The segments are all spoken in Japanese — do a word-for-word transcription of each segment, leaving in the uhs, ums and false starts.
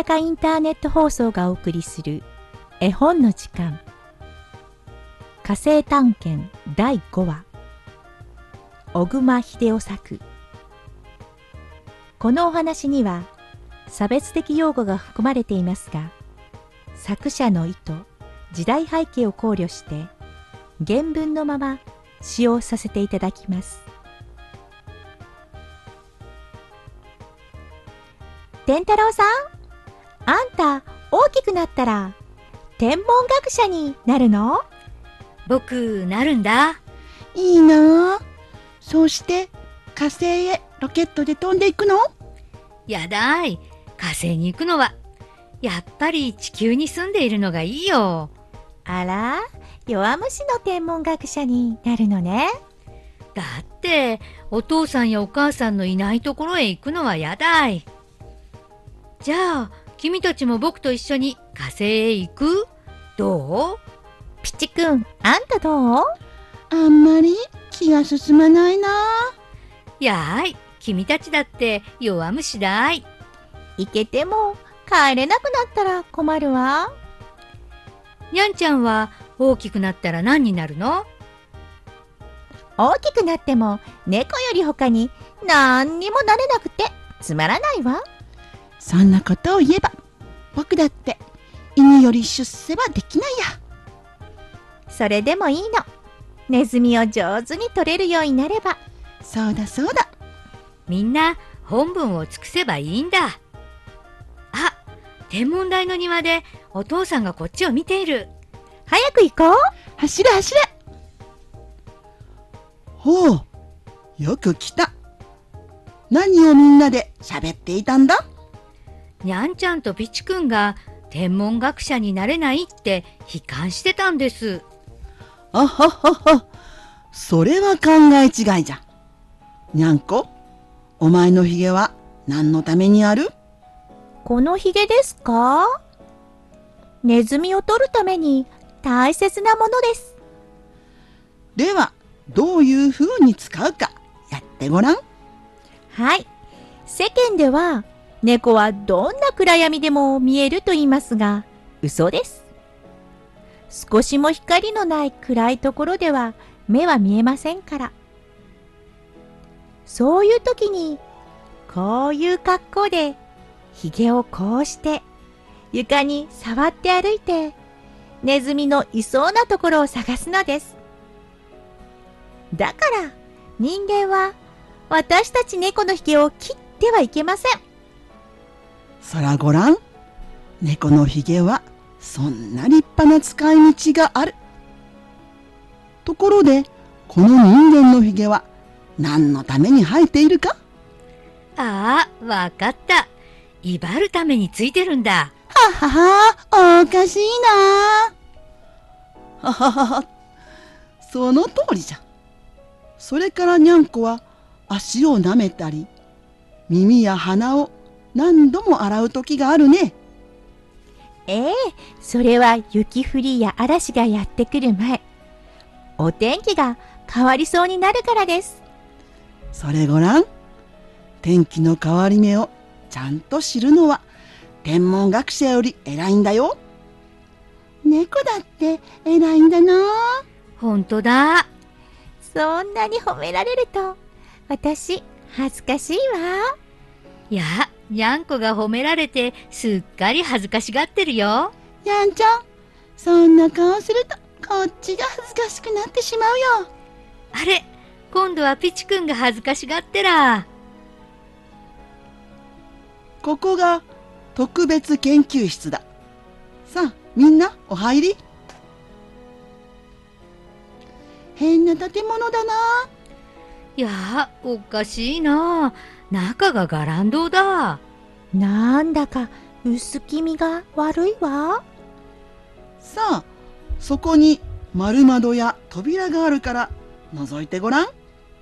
坂インターネット放送がお送りする絵本の時間、火星探検だいごわ、小熊秀夫作。このお話には差別的用語が含まれていますが、作者の意図、時代背景を考慮して原文のまま使用させていただきます。天太郎さん、あんた大きくなったら天文学者になるの？ 僕なるんだ。 いいなあ。そうして火星へロケットで飛んでいくの？ やだい。火星に行くのはやっぱり地球に住んでいるのがいいよ。 あら、弱虫の天文学者になるのね。 だってお父さんやお母さんのいないところへ行くのはやだい。じゃあ君たちも僕と一緒に火星へ行く？どう？ ピチ君、あんたどう？ あんまり気が進まないな。 やーい、君たちだって弱虫だい。 行けても帰れなくなったら困るわ。 にゃんちゃんは大きくなったら何になるの？ 大きくなっても猫より他に何にもなれなくてつまらないわ。 そんなことを言えば僕だって犬より出世はできないや。 それでもいいの。ネズミを上手に取れるようになれば。 そうだそうだ。 みんな本分を尽くせばいいんだ。あ、天文台の庭でお父さんがこっちを見ている。 早く行こう。 走れ走れ。ほう、よく来た。何をみんなで喋っていたんだ？ にゃんちゃんとピチ君が天文学者になれないって悲観してたんです。 あははは、それは考え違いじゃ。にゃんこ、お前のひげは何のためにある？ このひげですか？ネズミを取るために大切なものです。 では、どういうふうに使うかやってごらん。 はい。世間では猫はどんな暗闇でも見えると言いますが、嘘です。少しも光のない暗いところでは目は見えませんから。そういう時に、こういう格好で、ひげをこうして、床に触って歩いて、ネズミのいそうなところを探すのです。だから、人間は、私たち猫のひげを切ってはいけません。 そらごらん。猫のひげは、そんな立派な使い道がある。ところで、この人間のひげは、何のために生えているか？ ああ、わかった。威張るためについてるんだ。 ははは、おかしいな。はははは、その通りじゃ。それからにゃんこは足を舐めたり、耳や鼻を何度も洗う時があるね。 ええ、それは雪降りや嵐がやってくる前、お天気が変わりそうになるからです。 それごらん。天気の変わり目をちゃんと知るのは天文学者より偉いんだよ。猫だって偉いんだな。 ほんとだ。 そんなに褒められると、私、恥ずかしいわ。 いや、にゃんこが褒められてすっかり恥ずかしがってるよ。 にゃんちゃん、そんな顔するとこっちが恥ずかしくなってしまうよ。 あれ、今度はピチ君が恥ずかしがってら。 ここが特別研究室だ。さあ、みんなお入り。変な建物だな。 いや、おかしいな。中が伽藍堂だ。 なんだか薄気味が悪いわ。 さあ、そこに丸窓や扉があるから覗いてごらん。い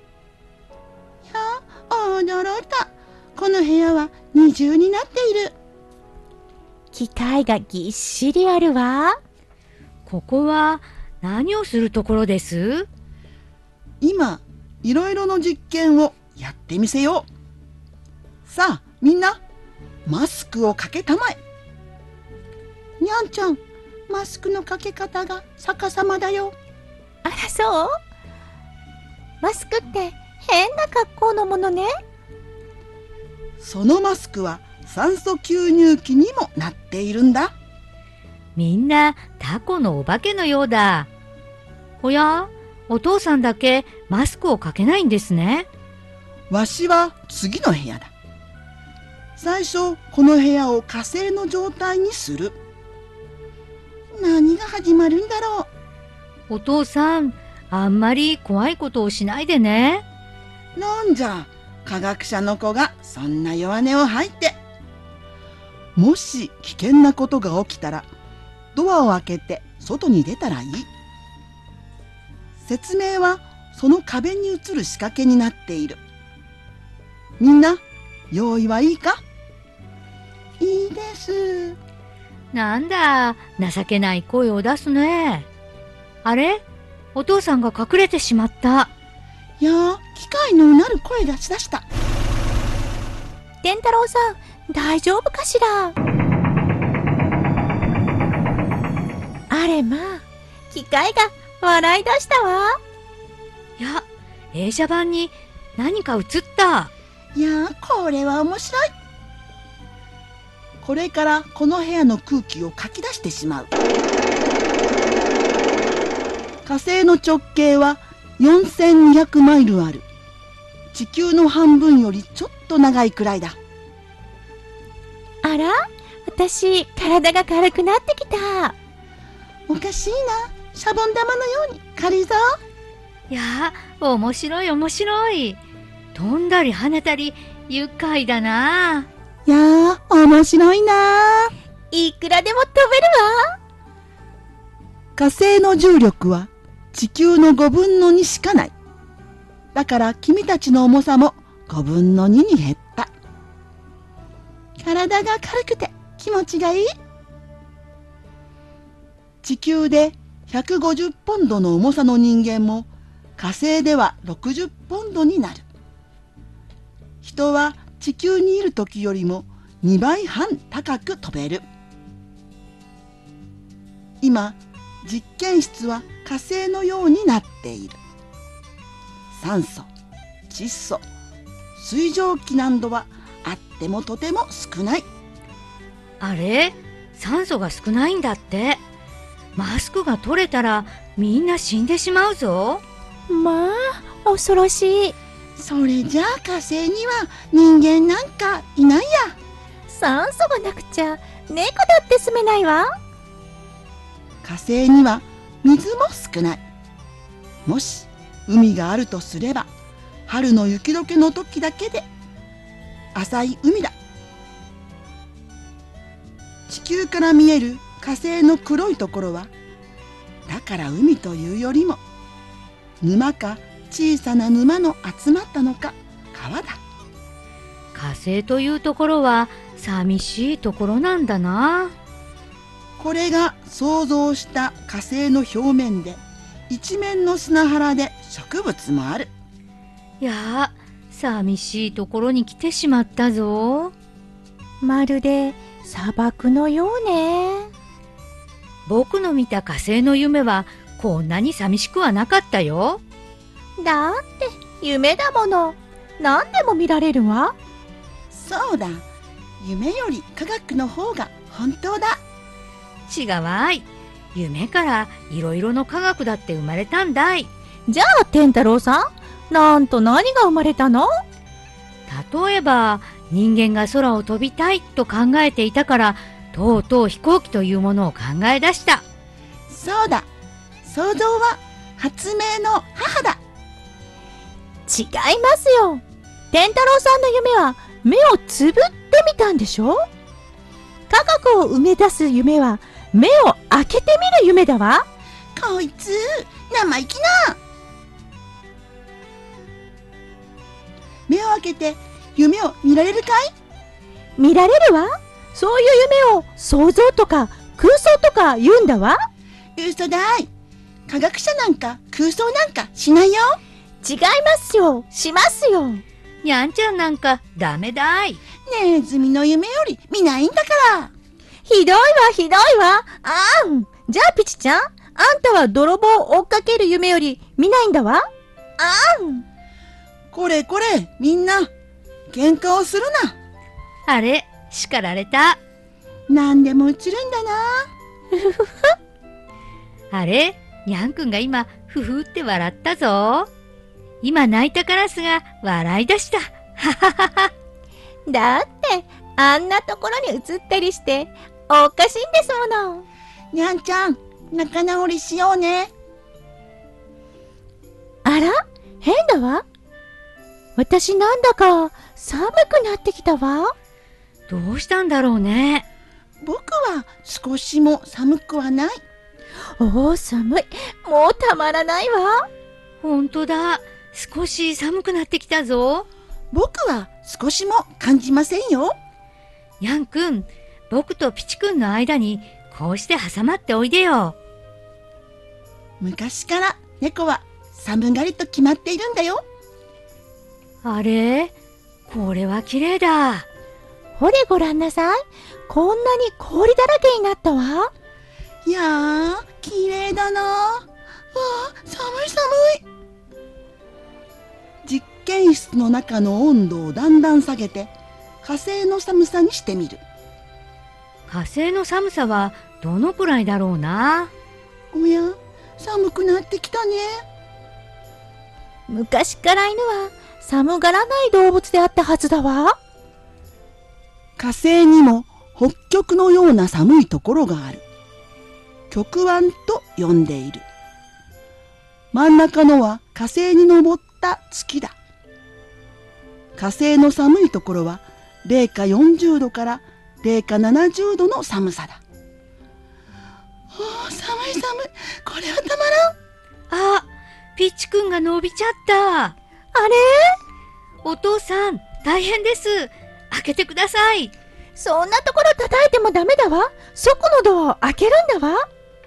や、驚いた。この部屋は二重になっている。 機械がぎっしりあるわ。 ここは何をするところです？ 今、いろいろの実験をやってみせよう。さあ、みんな、マスクをかけたまえ。 にゃんちゃん、マスクのかけ方が逆さまだよ。 あらそう？マスクって変な格好のものね。 そのマスクは酸素吸入器にもなっているんだ。 みんなタコのお化けのようだ。おや、お父さんだけマスクをかけないんですね。 わしは次の部屋だ。最初この部屋を火星の状態にする。何が始まるんだろう。お父さん、あんまり怖いことをしないでね。 なんじゃ、科学者の子がそんな弱音を吐いて。もし危険なことが起きたら、ドアを開けて外に出たらいい。説明はその壁に映る仕掛けになっている。みんな、用意はいいか？いいです。 なんだ、情けない声を出すね。あれ？お父さんが隠れてしまった。 いやー、機械のうなる声出し出した。 伝太郎さん、大丈夫かしら？あれまあ、機械が笑い出したわ。 いや、映写版に何か映った。 いやー、これは面白い。これからこの部屋の空気をかき出してしまう。火星の直径はよんせんにひゃくマイルある。地球の半分よりちょっと長いくらいだ。 あら、私体が軽くなってきた。 おかしいな、シャボン玉のように軽いぞ。 いやー、面白い面白い。飛んだり跳ねたり愉快だな。 いやー、面白いな。 いくらでも飛べるわ。 火星の重力は地球のごぶんのにしかない。だから君たちの重さもごぶんのにに減った。体が軽くて気持ちがいい。地球でひゃくごじゅうポンドの重さの人間も火星ではろくじゅうポンドになる。人は地球にいる時よりもにばいはん高く飛べる。今、実験室は火星のようになっている。酸素、窒素、水蒸気などはあってもとても少ない。 あれ？酸素が少ないんだって。マスクが取れたらみんな死んでしまうぞ。 まあ、恐ろしい。 それじゃあ火星には人間なんかいないや。 酸素がなくちゃ猫だって住めないわ。 火星には水も少ない。もし海があるとすれば、春の雪解けの時だけで浅い海だ。地球から見える火星の黒いところは、だから海というよりも沼か小さな沼の集まったのか川だ。 火星というところは寂しいところなんだな。 これが想像した火星の表面で、一面の砂原で植物もある。 いやー、寂しいところに来てしまったぞ。 まるで砂漠のようね。 僕の見た火星の夢はこんなに寂しくはなかったよ。 だって夢だもの。何でも見られるわ。 そうだ、夢より科学の方が本当だ。 違うわい。夢からいろいろの科学だって生まれたんだい。 じゃあ天太郎さん、なんと何が生まれたの？ 例えば人間が空を飛びたいと考えていたから、とうとう飛行機というものを考え出した。 そうだ、想像は発明の母だ。 違いますよ。天太郎さんの夢は目をつぶってみたんでしょ？科学を生み出す夢は目を開けてみる夢だわ。 こいつ生意気な。目を開けて夢を見られるかい？ 見られるわ。そういう夢を想像とか空想とか言うんだわ。 嘘だい。科学者なんか空想なんかしないよ。 違いますよ。しますよ。 にゃんちゃんなんかダメだい。 ネズミの夢より見ないんだから。 ひどいわ、ひどいわ。あん。じゃあ、ピチちゃん。あんたは泥棒を追っかける夢より見ないんだわ。あん。 これこれ、みんな、喧嘩をするな。 あれ、叱られた。 何でも映るんだな。 あれ、にゃんくんが今、ふふって笑ったぞ。今泣いたカラスが笑い出した。はははは。 だって、あんなところに映ったりして、おかしいんですもの。 にゃんちゃん、仲直りしようね。 あら、変だわ。私なんだか寒くなってきたわ。 どうしたんだろうね。 僕は少しも寒くはない。 おお、寒い。もうたまらないわ。 ほんとだ。少し寒くなってきたぞ。 僕は少しも感じませんよ。 にゃんくん、僕とピチくんの間にこうして挟まっておいでよ。 昔から猫は寒がりと決まっているんだよ。 あれ、これは綺麗だ。 ほれごらんなさい。こんなに氷だらけになったわ。 いやー、綺麗だな。わあ、寒い寒い。実験室の中の温度をだんだん下げて火星の寒さにしてみる。 火星の寒さはどのくらいだろうな。 おや、寒くなってきたね。 昔から犬は寒がらない動物であったはずだわ。 火星にも北極のような寒いところがある。極湾と呼んでいる。真ん中のは火星に登った月だ。火星の寒いところは零下よんじゅうどから零下ななじゅうどの寒さだ。おー、寒い寒い。これはたまらん。 あ、ピッチくんが伸びちゃった。 あれ？ お父さん、大変です。開けてください。 そんなところ叩いてもダメだわ。そこのドアを開けるんだわ。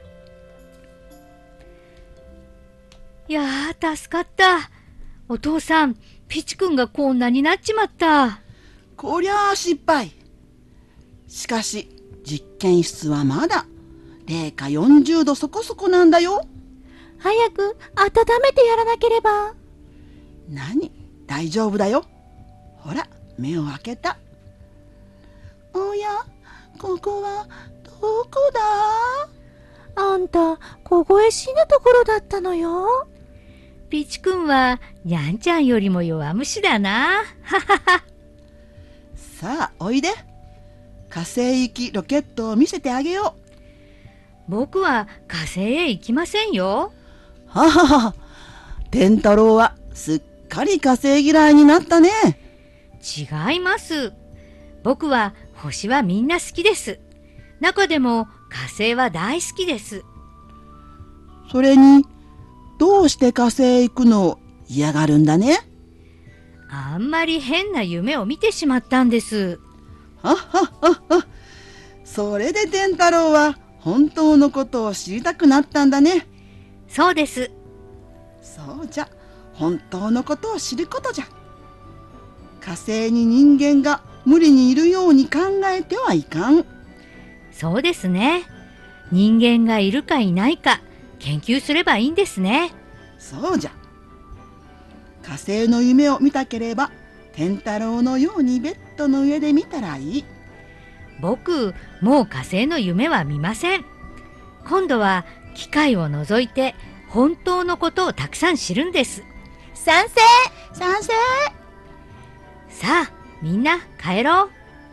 いやー、助かった。お父さん、ピチくんがこんなになっちまった。 こりゃあ失敗。しかし実験室はまだ零下よんじゅうどそこそこなんだよ。 早く温めてやらなければ。 何？大丈夫だよ。ほら、目を開けた。おや、ここはどこだ？ あんた、凍え死ぬところだったのよ。 ピチくんはにゃんちゃんよりも弱虫だな。ははは。 さあ、おいで。火星行きロケットを見せてあげよう。 僕は火星へ行きませんよ。 ははは。天太郎はすっかり火星嫌いになったね。 違います。僕は星はみんな好きです。中でも火星は大好きです。 それに、どうして火星へ行くのを嫌がるんだね。 あんまり変な夢を見てしまったんです。 はっはっはっは。それで天太郎は本当のことを知りたくなったんだね。 そうです。 そうじゃ、本当のことを知ることじゃ。火星に人間が無理にいるように考えてはいかん。 そうですね。人間がいるかいないか研究すればいいんですね。 そうじゃ。火星の夢を見たければ天太郎のようにベッドの上で見たらいい。 僕、もう火星の夢は見ません。今度は機械を除いて本当のことをたくさん知るんです。 賛成！ 賛成！ さあ、みんな帰ろう。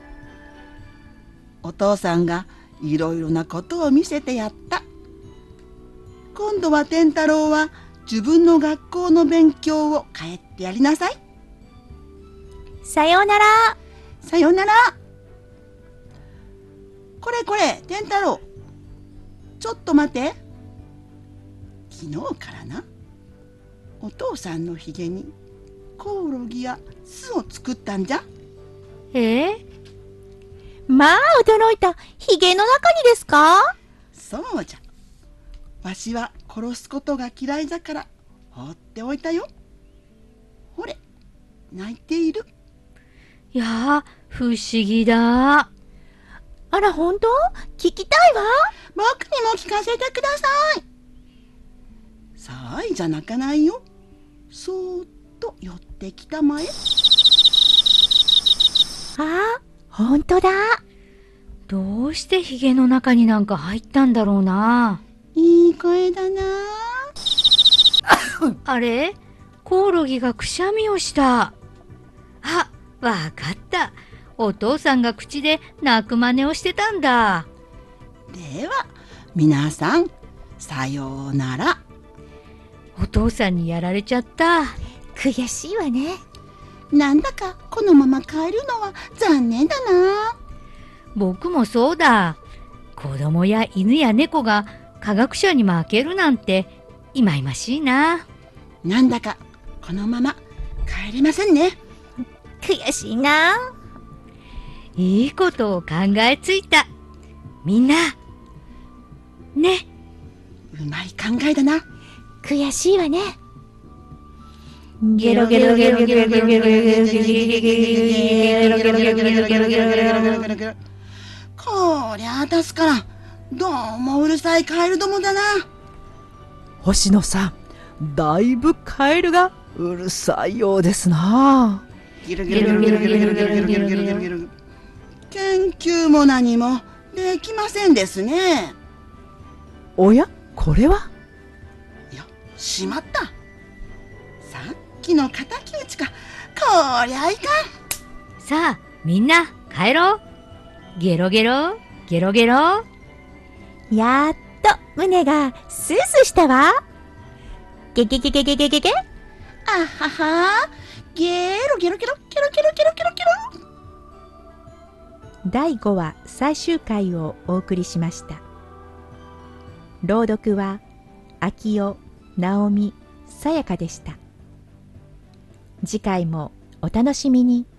お父さんがいろいろなことを見せてやった。今度は天太郎は自分の学校の勉強を帰ってやりなさい。 さようなら。 さようなら。これこれ、天太郎。ちょっと待て。昨日からな、お父さんのひげにコオロギや巣を作ったんじゃ。 えー、 まあ驚いた。ひげの中にですか？ そうじゃ。わしは殺すことが嫌いだから放っておいたよ。ほれ、泣いている。 いやー、不思議だ。 あら、本当？聞きたいわ。 僕にも聞かせてください。さあいじゃ泣かないよ。そーっと寄ってきたまえ。 あ、本当だ。 どうしてヒゲの中になんか入ったんだろうな。 いい声だな。 あれ？コオロギがくしゃみをした。あ、わかった。お父さんが口で泣く真似をしてたんだ。 では、皆さん、さようなら。 お父さんにやられちゃった。 悔しいわね。 なんだかこのまま帰るのは残念だな。 僕もそうだ。子供や犬や猫が科学者に負けるなんていまいましいな。 なんだかこのまま帰れませんね。 悔しいな。 いいことを考えついた。みんな、ね。 うまい考えだな。 悔しいわね。ゲロゲロゲロゲロゲロゲロゲロゲロゲロゲロゲロゲロゲロゲロゲロゲロ。 こりゃあ助からん。どうもうるさいカエルどもだな。 星野さん、だいぶカエルがうるさいようですな。 ゲロゲロゲロゲロゲロゲロゲロゲロゲロゲロゲロ。研究も何もできませんですね。 おや、これは？ いや、しまった。さっきの敵討ちか。こりゃいかん。 さあ、みんな帰ろう。ゲロゲロ、ゲロゲロ。 やっと胸がスースーしたわ。ゲゲゲゲゲゲゲゲ。 あはは。ゲロゲロゲロゲロゲロゲロゲロゲロ。 だいごわ最終回をお送りしました。朗読は秋代、直美、さやかでした。次回もお楽しみに。